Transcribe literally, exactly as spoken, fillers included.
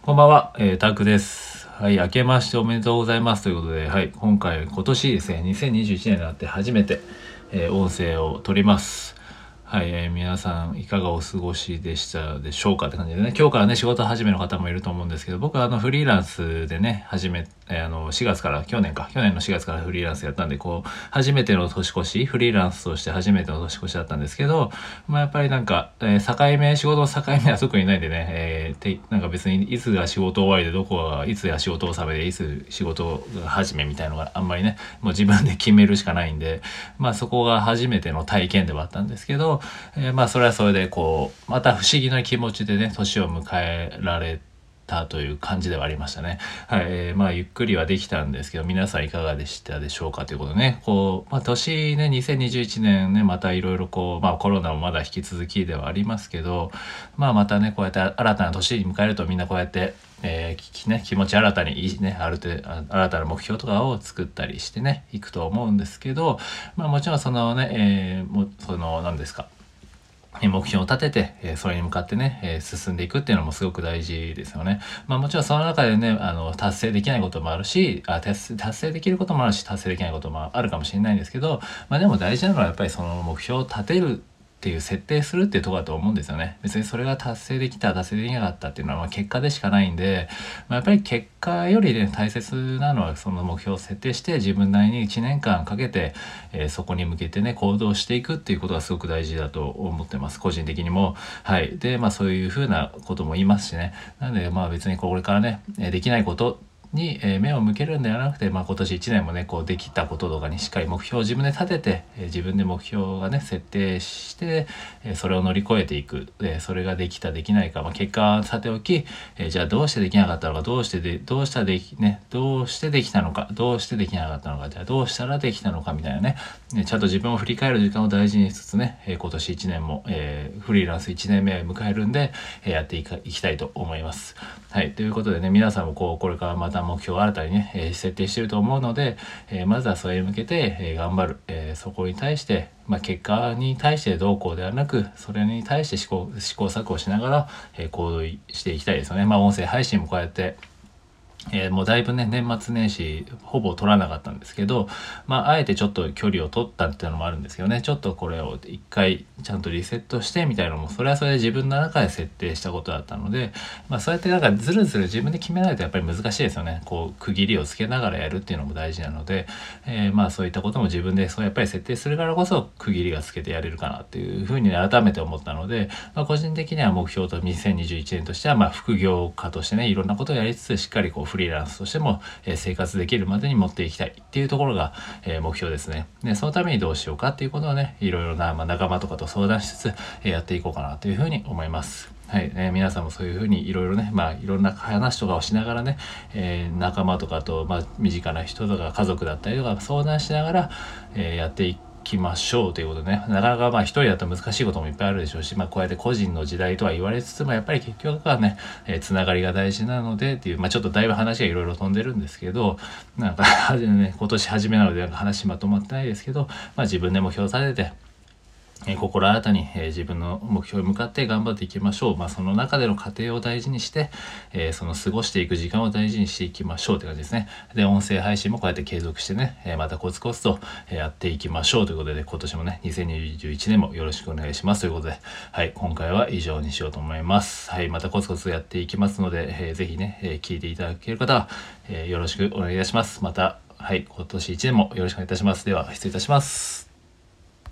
こんばんは、えー、タクです。はい、明けましておめでとうございますということで、はい、今回、今年ですね、にせんにじゅういちねんになって初めて、えー、音声を取ります。はい、えー、皆さんいかがお過ごしでしたでしょうかって感じでね、今日からね、仕事始めの方もいると思うんですけど、僕はあの、フリーランスでね、始め、えー、あの、しがつから、去年か、去年のしがつからフリーランスやったんで、こう、初めての年越し、フリーランスとして初めての年越しだったんですけど、まあやっぱりなんか、えー、境目、仕事の境目は特にないんでね、えー、てなんか別にいつが仕事終わりでどこがいつが仕事納めでいつ仕事始めみたいのがあんまりね、もう自分で決めるしかないんで、まあそこが初めての体験ではあったんですけど、えー、まあそれはそれでこう、また不思議な気持ちでね、年を迎えられたという感じではありましたね。はい、えー、まあゆっくりはできたんですけど、皆さんいかがでしたでしょうかということでね、こう、まあ年ね、にせんにじゅういちねんね、またいろいろこう、まあコロナもまだ引き続きではありますけど、まあまたね、こうやって新たな年に迎えるとみんなこうやって、えーね、気持ち新たにいいね、ある程度新たな目標とかを作ったりしてね、いくと思うんですけど、まあもちろんそのね、えー、もその何ですか、目標を立てて、それに向かってね、進んでいくっていうのもすごく大事ですよね。まあもちろんその中でね、あの、達成できないこともあるし、あ達成できることもあるし、達成できないこともあるかもしれないんですけど、まあでも大事なのはやっぱりその目標を立てるっていう設定するっていうところだと思うんですよね。別にそれが達成できた達成できなかったっていうのはまあ結果でしかないんで、まあ、やっぱり結果よりね大切なのはその目標を設定して自分なりにいちねんかんかけて、えー、そこに向けてね行動していくっていうことがすごく大事だと思ってます。個人的にも。はい。で、まあそういうふうなことも言いますしね。なのでまあ別にこれからね、できないことに目を向けるんではなくて、まあ、今年いちねんもねこうできたこととかにしっかり目標を自分で立てて自分で目標がね設定してそれを乗り越えていく、それができたできないか、まあ、結果はさておき、じゃあどうしてできなかったのか、どうしてでどうしたできねどうしてできたのか、どうしてできなかったのか、じゃあどうしたらできたのかみたいなね、ちゃんと自分を振り返る時間を大事にしつつね、今年いちねんも、えー、フリーランスいちねんめを迎えるんでやっていかいきたいと思います。はい、ということでね、皆さんもこうこれからまた目標を新たにね、えー、設定していると思うので、えー、まずはそれに向けて、えー、頑張る、えー、そこに対して、まあ、結果に対してどうこうではなく、それに対して試行試行錯誤しながら、えー、行動していきたいですよね。まあ音声配信もこうやってえー、もうだいぶね年末年始ほぼ取らなかったんですけど、まああえてちょっと距離を取ったっていうのもあるんですけどね、ちょっとこれを一回ちゃんとリセットしてみたいなのもそれはそれで自分の中で設定したことだったので、まあそうやってなんかずるずる自分で決めないとやっぱり難しいですよね。こう区切りをつけながらやるっていうのも大事なので、えー、まあそういったことも自分でそうやっぱり設定するからこそ区切りがつけてやれるかなっていうふうに、ね、改めて思ったので、まあ、個人的には目標とにせんにじゅういちねんとしてはまあ副業家としてねいろんなことをやりつつしっかりこうフリーランスとしても生活できるまでに持っていきたいっていうところが目標ですね。でそのためにどうしようかっていうことをねいろいろな仲間とかと相談しつつやっていこうかなというふうに思います。はい、えー、皆さんもそういうふうにいろいろね、まあいろんな話とかをしながらね、えー、仲間とかと、まあ、身近な人とか家族だったりとか相談しながら、えー、やっていきましょうということでね、なかなかまあ一人だと難しいこともいっぱいあるでしょうし、まあこうやって個人の時代とは言われつつもやっぱり結局はね、えー、つながりが大事なのでっていう、まあちょっとだいぶ話がいろいろ飛んでるんですけど、なんかね、今年初めなのでなんか話まとまってないですけど、まあ自分で目標を立ててえー、心新たに、えー、自分の目標に向かって頑張っていきましょう。まあその中での過程を大事にして、えー、その過ごしていく時間を大事にしていきましょうって感じですね。で、音声配信もこうやって継続してね、えー、またコツコツとやっていきましょうということで、今年もね、にせんにじゅういちねんもよろしくお願いしますということで、はい、今回は以上にしようと思います。はい、またコツコツやっていきますので、えー、ぜひね、えー、聞いていただける方は、えー、よろしくお願いいたします。また、はい、今年いちねんもよろしくお願いいたします。では、失礼いたします。